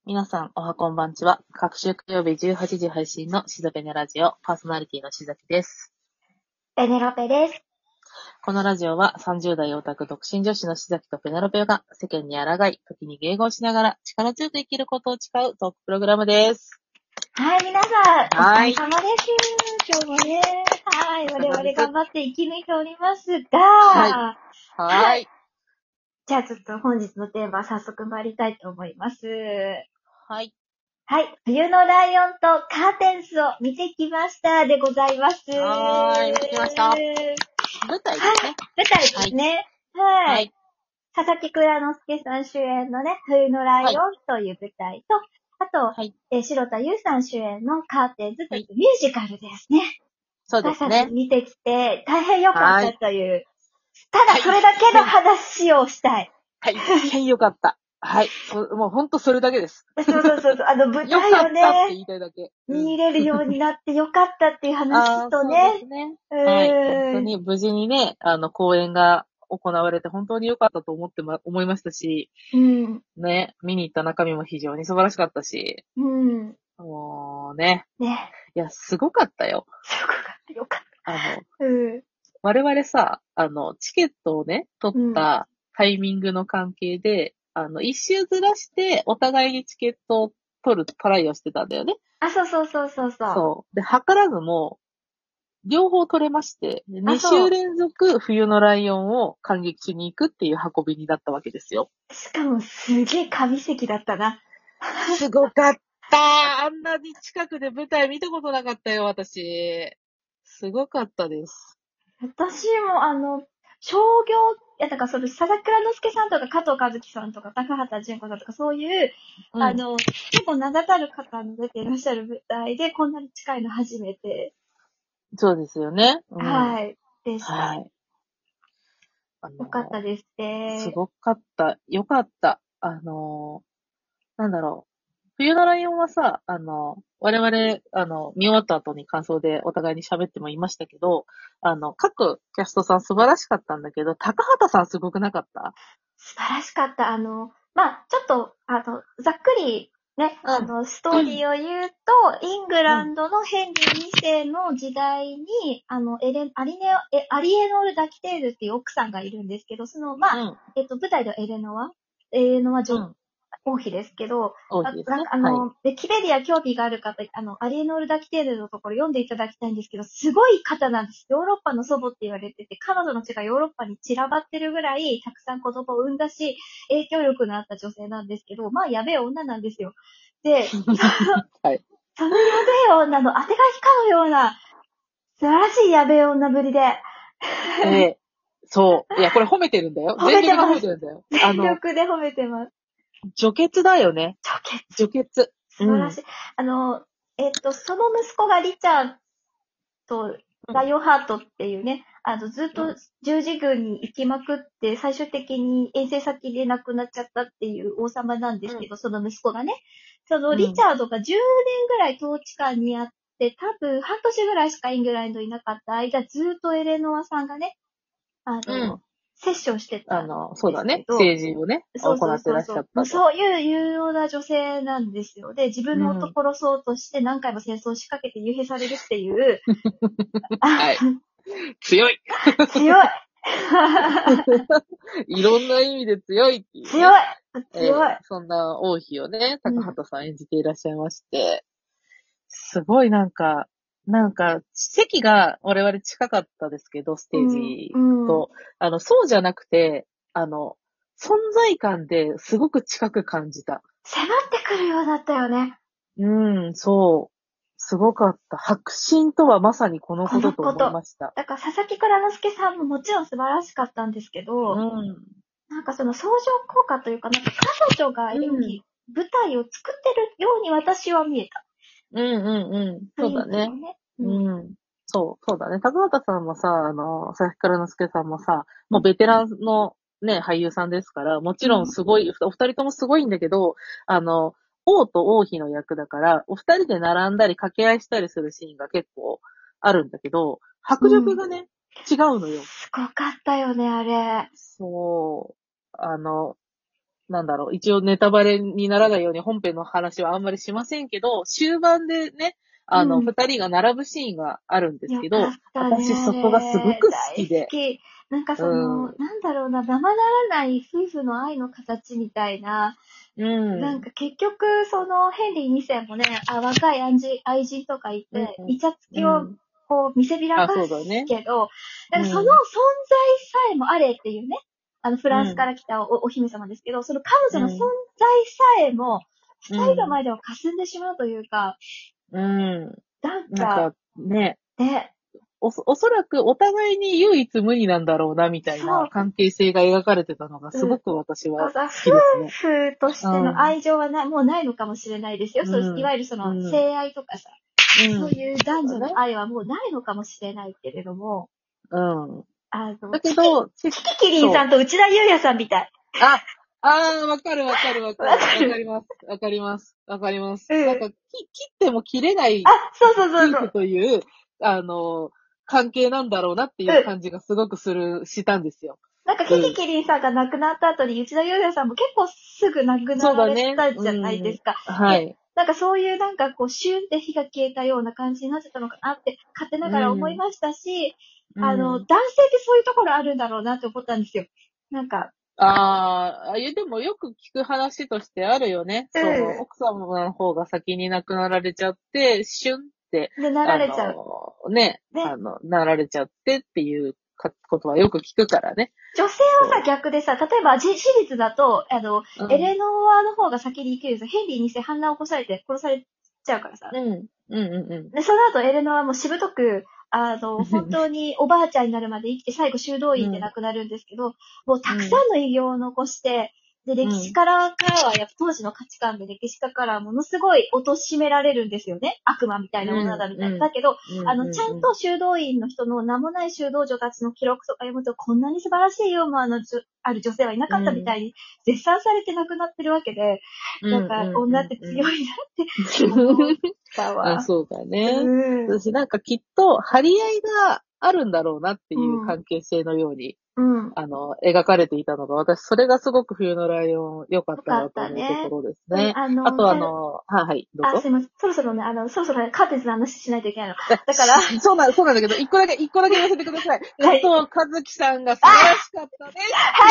皆さん、おはこんばんちは。各週火曜日18時配信のしざべねラジオ、パーソナリティのしざきです。 ペネロペです。 このラジオは30代オタク独身女子のしざきとペネロペが世間に抗い、時に迎合しながら力強く生きることを誓うトークプログラムです。 はい、皆さん、おはい。 疲れ様です。今日もね、はい、我々頑張って生き抜いておりますが、 はい。はい。 じゃあちょっと本日のテーマ早速参りたいと思います。 はい。 はい、冬のライオンとカーテンスを見てきましたでございます。 はーい、見てきました。舞台ですね。 舞台ですね。はい。 はい。 佐々木蔵之介さん主演のね、冬のライオンという舞台と、あと、 はい。 白田優さん主演のカーテンズとはいいうミュージカルですね。 そうですね。 見てきて、大変良かったという。ただ、 はいそれだけの話をしたい。 大変良かった。はい。もうほんとそれだけです。 そう。舞台を良かったってね、 言いたいだけ。 見れるようになって良かったっていう話とね。 そうですね。はい。本当に無事にね、公演が行われて本当に良かったと思いましたし、 うん。 ね、見に行った中身も非常に素晴らしかったし、 うん。 もうね、 ね。 いや、すごかったよ。 すごかった。良かっあの、 た。うん。 我々さ、チケットをね、取うん。 ったタイミングの関係で、一周ずらして、お互いにチケットを取るトライをしてたんだよね。 あ、そう。 そう。で、図らずも、両方取れまして、 あ、 2 そう。 週連続冬のライオンを感激しに行くっていう運びになったわけですよ。 しかもすげえ神席だったな。 すごかった。あんなに近くで舞台見たことなかったよ、私。すごかったです。 私も商業、だから佐々倉之介さんとか加藤和樹さんとか高畑純子さんとかそういう、 うん。 結構名だたる方の出ていらっしゃる舞台でこんなに近いの初めて、 そうですよね。うん。 はい、でした。 はい。 よかったですね。 すごかった。よかった。なんだろう。冬のライオンはさ、我々、見終わった後に感想でお互いに喋っても言いましたけど、各キャストさん素晴らしかったんだけど、高畑さんすごくなかった？ 素晴らしかった。ちょっと、ざっくり、ね、 うん。 ストーリーを言うと、イングうん。 ランドのヘンリー2世の時代に、アリエノール・ダキテールっていう奥さんがいるんですけど、 うん。 舞台ではエレノアうん。 王妃ですけど、 王妃ですね。はい。 ウィキペディア興味がある方、アリエノール・ダキテールのところ読んでいただきたいんですけど、すごい方なんです。ヨーロッパの祖母って言われてて、彼女の血がヨーロッパに散らばってるぐらい、たくさん子供を産んだし、影響力のあった女性なんですけど、まあ、やべえ女なんですよ。で、 はい。 そのやべえ女の当てがきかのような、素晴らしいやべえ女ぶりで、 で、そう。いや、これ褒めてるんだよ。 褒全力で褒めてます。 めてるんだよ。 全力で褒めてます。 除血だよね。 超傑除血。うん。 素晴らしい。その息子がリチャード、ライオンハートっていうね、ずっとうん。 十字軍に行きまくって、最終的に遠征先で亡くなっちゃったっていう王様なんですうん。 けど、その息子がね、そのうん。 リチャードが10年ぐらい統治下にあって、多分半年ぐらいしかイングランドにいなかった間、ずっとエレノアさんがね、あの、 うん。 セッションしてたんですそうだね。 けど、 政治をね、行そうそうってらっしそうそう。もうゃったと。 そういう有用な女性なんですよ。で、自分のうん。 男殺そうとして何回も戦争を仕掛けて幽閉されるっていう、 はい。強い。 強いいろんな意味で強いっていう強ね。 い強いそんな王妃をね、 うん。 高畑さん演じていらっしゃいまして、すごい席が我々近かったですけど、ステーうん。 ジうん。 と、そうじゃなくて、存在感ですごく近く感じた。 迫ってくるようだったよね。 うん、そう。すごかった。迫真とはまさにこのこことと思いのこと。 ました。 だから佐々木蔵之介さんももちろん素晴らしかったんですけうど、 ん。 なんかその相乗効果というか、なんか彼女がうん。 舞台を作ってるように私は見えた。 うんうんうん。そう雰囲だね。 気もね。うん。 うん。そうだね。高畑さんもさ、佐々木蔵之介さんもさ、もうベテランのね、俳優さんですから、もちろんうん。 すごい、お二人ともすごいんだけど、あの、王と王妃の役だから、お二人で並んだり掛け合いしたりするシーンが結構あるんだけど、迫うん。 力がね、違うのよ。 すごかったよね、あれ。 そう。 なんだろう、一応ネタバレにならないように本編の話はあんまりしませんけど、終盤でね、 うん。 二人が並ぶシーンがあるんですよけど、 かったね、 私あそこがすごれ。 く好大きで、 好き。なんかうん、うなんだろうな、ままならない夫婦の愛の形みたいな、なんん、 か結局、ヘンリー2世もね、若い愛人とかいうん、 て、イチャつきをうん。 こう見せびらあ、 かそうだね。 すけど、なんかその存うん、 在さえもあれっていうね、フうん、 ランスから来たお姫様ですけど、その彼女の存うん、 在さえも、 う二人のん、 前では霞んでしまうというか、 うん。 なんか、 なんか、ね、 ね、 おそらくお互いに唯一無二なんだろうな、みたいなそう、 関係性が描かれてたのがすうん。 ごく私は好夫きですね。 婦としてのうん、 愛情はもうないのかもしれないですよ。そう、いうん、 わゆるうん、 性愛とかさ、そううん。 いう男女そうだね。 の愛はもうないのかもしれないけれども、 うん。 キキ、 だけど、 キキキリンさそう。 んと内田裕也さんみたい。 あ、わかるわかるわかわる。 かる。 わかります。わかります。わかります。 うん。 なんか、切っても切れなあ、 いそうそうそう夫婦そう。 という、あの、関係なんだろうなっていううん。 感じがすごくしたんですよ。 なんかキうん。 キキリンさんが亡くなった後に内田裕也さんも結構すぐ亡くなられそうだね。 たじゃないうん。 ですか。で、 はい。 なんかそういうなんかこうシュンって火が消えたような感じになってたのかなって勝手ながら思いうん。 ましたし、 うん。 男性ってそういうところあるんだろうなって思ったんですよ。なんか、 でもよく聞く話としてあるよね。 うん。 奥様の方が先に亡くなられちゃって、シュンって、 で、なられちゃう。ね。 なられちゃってっていうことはよく聞くからね。 女性はさ、 そ逆でさ、例えば、私立だと、 う。うん。 エレノアの方が先に生きるんですよ。ヘンリーに世反乱を起こされて殺されちゃうからさ。 うん。うんうんうん。 で、その後エレノアもしぶとく、本当におばあちゃんになるまで生きて最後修道院でうん。 亡くなるんですけど、もうたくさうん。 んの偉業を残して、で、歴史うん。 からは、やっぱ当時の価値観で歴史家からはものすごい貶められるんですよね。悪魔みたいな女うん。 だみたいな。 うん。 だけど、 うん。 ちゃんうん。 と修道院の人の名もない修道女たちの記録とか読むと、こんなに素晴らしいユーモアのある女性はいなかったみたいに絶賛されて亡くなってるわけで、 うん。 なんか、 うん。 女ってうん。 強いなって思ったあ、 わ。 そうだうね。 ん。 私なんかきっと張り合いがあるんだろうなってういうん。 関係性のようにうん。 描かれていたのが、私、それがすごく冬のライオン良かったよかっなと思うとこたね。 ろですうん、 ね。あとはい、どうぞ。 すいません。そろそろね、そろそろね、カーテンズの話しないといけないの。だから、 そうなんだけど、一個だけ言わせてください。加はい。 藤和樹さんが素晴らしかったです。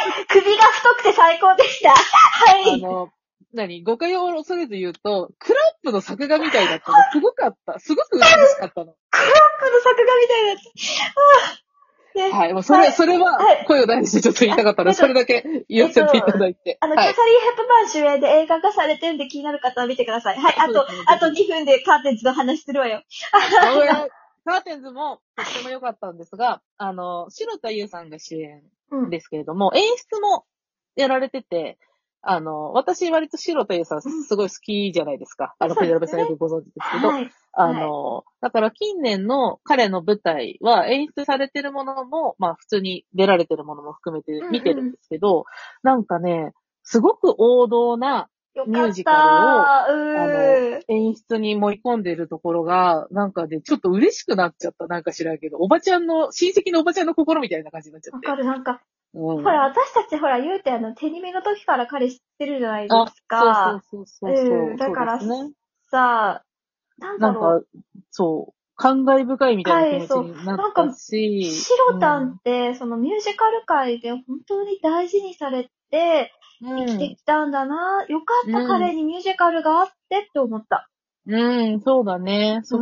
はい。首が太くて最高でした。はい。 誤解を恐れず言うと、クラップの作画みたいだったの。すごかった。すごく美しかったの。 クラップの作画みたいなやつ。ね。 はい。もうはい。 それははい。 声を大にしてちょっと言いたかったので、それだけ言わせていただいて。 キャはい。 サリン・ヘップバーン主演で映画化されてるんで気になる方は見てください。はい。 そうですね、ぜあとひ。 2分でカーテンズの話するわよ。 カーテンズもとっても良かったんですが、白田優さんが主演うん。 ですけれども、演出もやられてて、私割と白田優さんうん。 すごい好きじゃないですか。ペネロペさんそうですね。 よくご存知ですけど、 はい。はい。 だから近年の彼の舞台は演出されてるものも、まあ普通に出られてるものも含めてうんうん。 見てるんですけど、なんかね、すごく王道なミよかっュージカルを、 たー。 演出に盛り込んでいるところが、なんかね、ちょっと嬉しくなっちゃった。なんか知らんけど、親戚のおばちゃんの心みたいな感じになっちゃって。 わかる。なんか、 うほら、 ん。 私たちほら、言うて手に目の時から彼知ってるじゃないであ、 すそうそうか。 そうそうそう、そうだからですね。 さ、なんだなんか、 ろう。 そう、感慨深いみたいな気はい、そう。 持ちになっなんか、 たし、 シロタンっうん。 て、そのミュージカル界で本当に大事にされて生きてうん。 きたんだな。よかった、 うん。 彼にミュージカルがあってって思った。 うん、そうだね。 うん。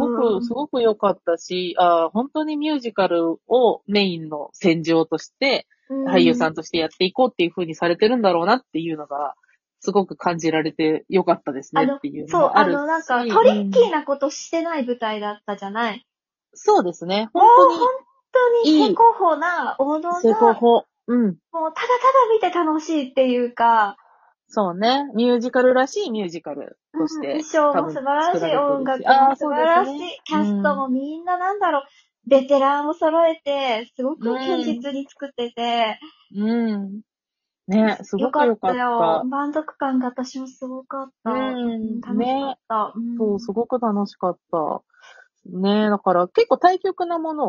すごく良かったし、本当にミュージカルをメインの戦場として、 う俳優さん。 んとしてやっていこうっていう風にされてるんだろうなっていうのが、すごく感じられて良かったですねっていうのそう、 もあるなんかし、 トリうん。 ッキーなことしてない舞台だったじゃない。 そうですね。 もう本当に本当にいい成功法な、王道成功な、 法。うん。 もうただただ見て楽しいっていうか、 そうね。ミュージカルらしいミュージカルとしうん、衣て装も素多分晴らしい、 作られて音るし。 楽も素そう晴らしい、 ですね。 キャストうん。 もみんななんだろう、ベテランを揃えて、すごうく堅ん。 実に作ってて、 うん。ね、すよかっごく良かたよ。 った。 満足感が私もすごかっうた。うん、 ん。 楽しかっね。 た。うそう、すん。 ごく楽しかった。ね、だから結構対極なものを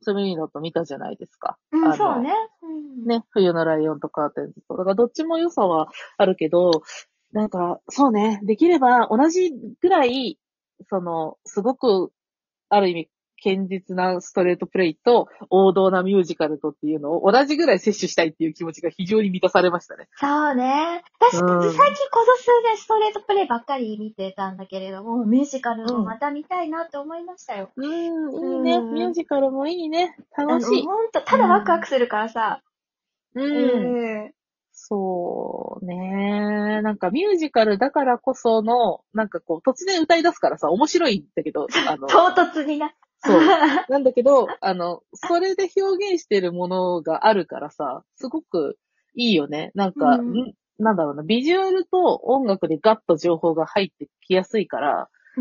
初見にだと見たじゃないですか。 うん、そうね。うん。 ね、冬のライオンとカーテンズと。だからどっちも良さはあるけど、なんか、そうね、できれば同じぐらい、すごく、ある意味、堅実なストレートプレイと王道なミュージカルとっていうのを同じぐらい摂取したいっていう気持ちが非常に満たされましたね。 そうね。私、 うん。 最近この数年ストレートプレイばっかり見てたんだけれども、ミュージカルうん。 もまた見たいなって思いましたよ。 いいね。ミューうん。 ジカルもいいね。楽しい。 ほんと、ただワクワうん。 クするからさ。 うん。 うん。 そうね。なんかミュージカルだからこその、なんかこう、突然歌い出すからさ、面白いんだけど、 唐突にな。 そう。なんだけど、それで表現してるものがあるからさ、すごくいいよね。なんか、 うん。 なんだろうな、ビジュアルと音楽でガッと情報が入ってきやすいから、 うん。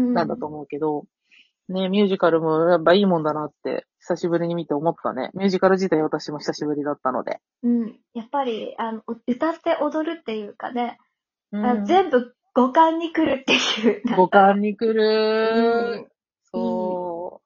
なんだと思うけど、ね、ミュージカルもやっぱいいもんだなって、久しぶりに見て思ったね。ミュージカル自体私も久しぶりだったので。 うん。やっぱり、歌って踊るっていうかね、 うん。 全部五感に来るっていう、なん五だろ感に来う。 る。 いい。 そう。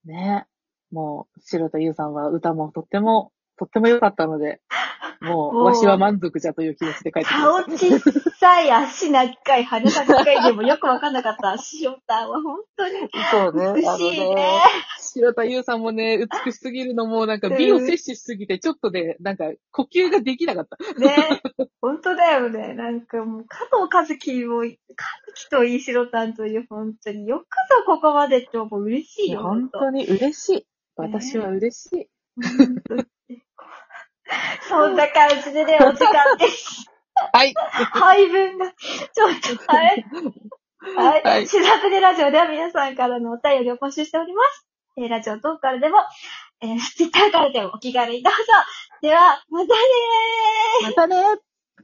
ね。もう、白田優さんは歌もとっても良かったので、もう、わしはもう、 満足じゃという気持ちで帰ってきました。 顔小さい、足長い、鼻高いでもよくわかんなかった。シオタンは本当にそうね。 美しいね。 白田優さんもね、美しすぎるのも、なんか美をうん。 摂取しすぎて、ちょっとね、なんか呼吸ができなかった。 ね。本当だよね。なんかもう、加藤和樹も、和樹といいしろたんという、本当によくぞここまでってもう嬉しいや、 いよ、本当。 本当に嬉しい。私はね。 嬉しい。 本当に。そんな感じでね、お時間です。 はい。 配分が、ちょっと、はい。はい。 はい。 シザプデラジオでは皆さんからのお便りを募集しております。ラジオトークからでも、ツイッターからでもお気軽にどうぞ。では、またねー。 またね。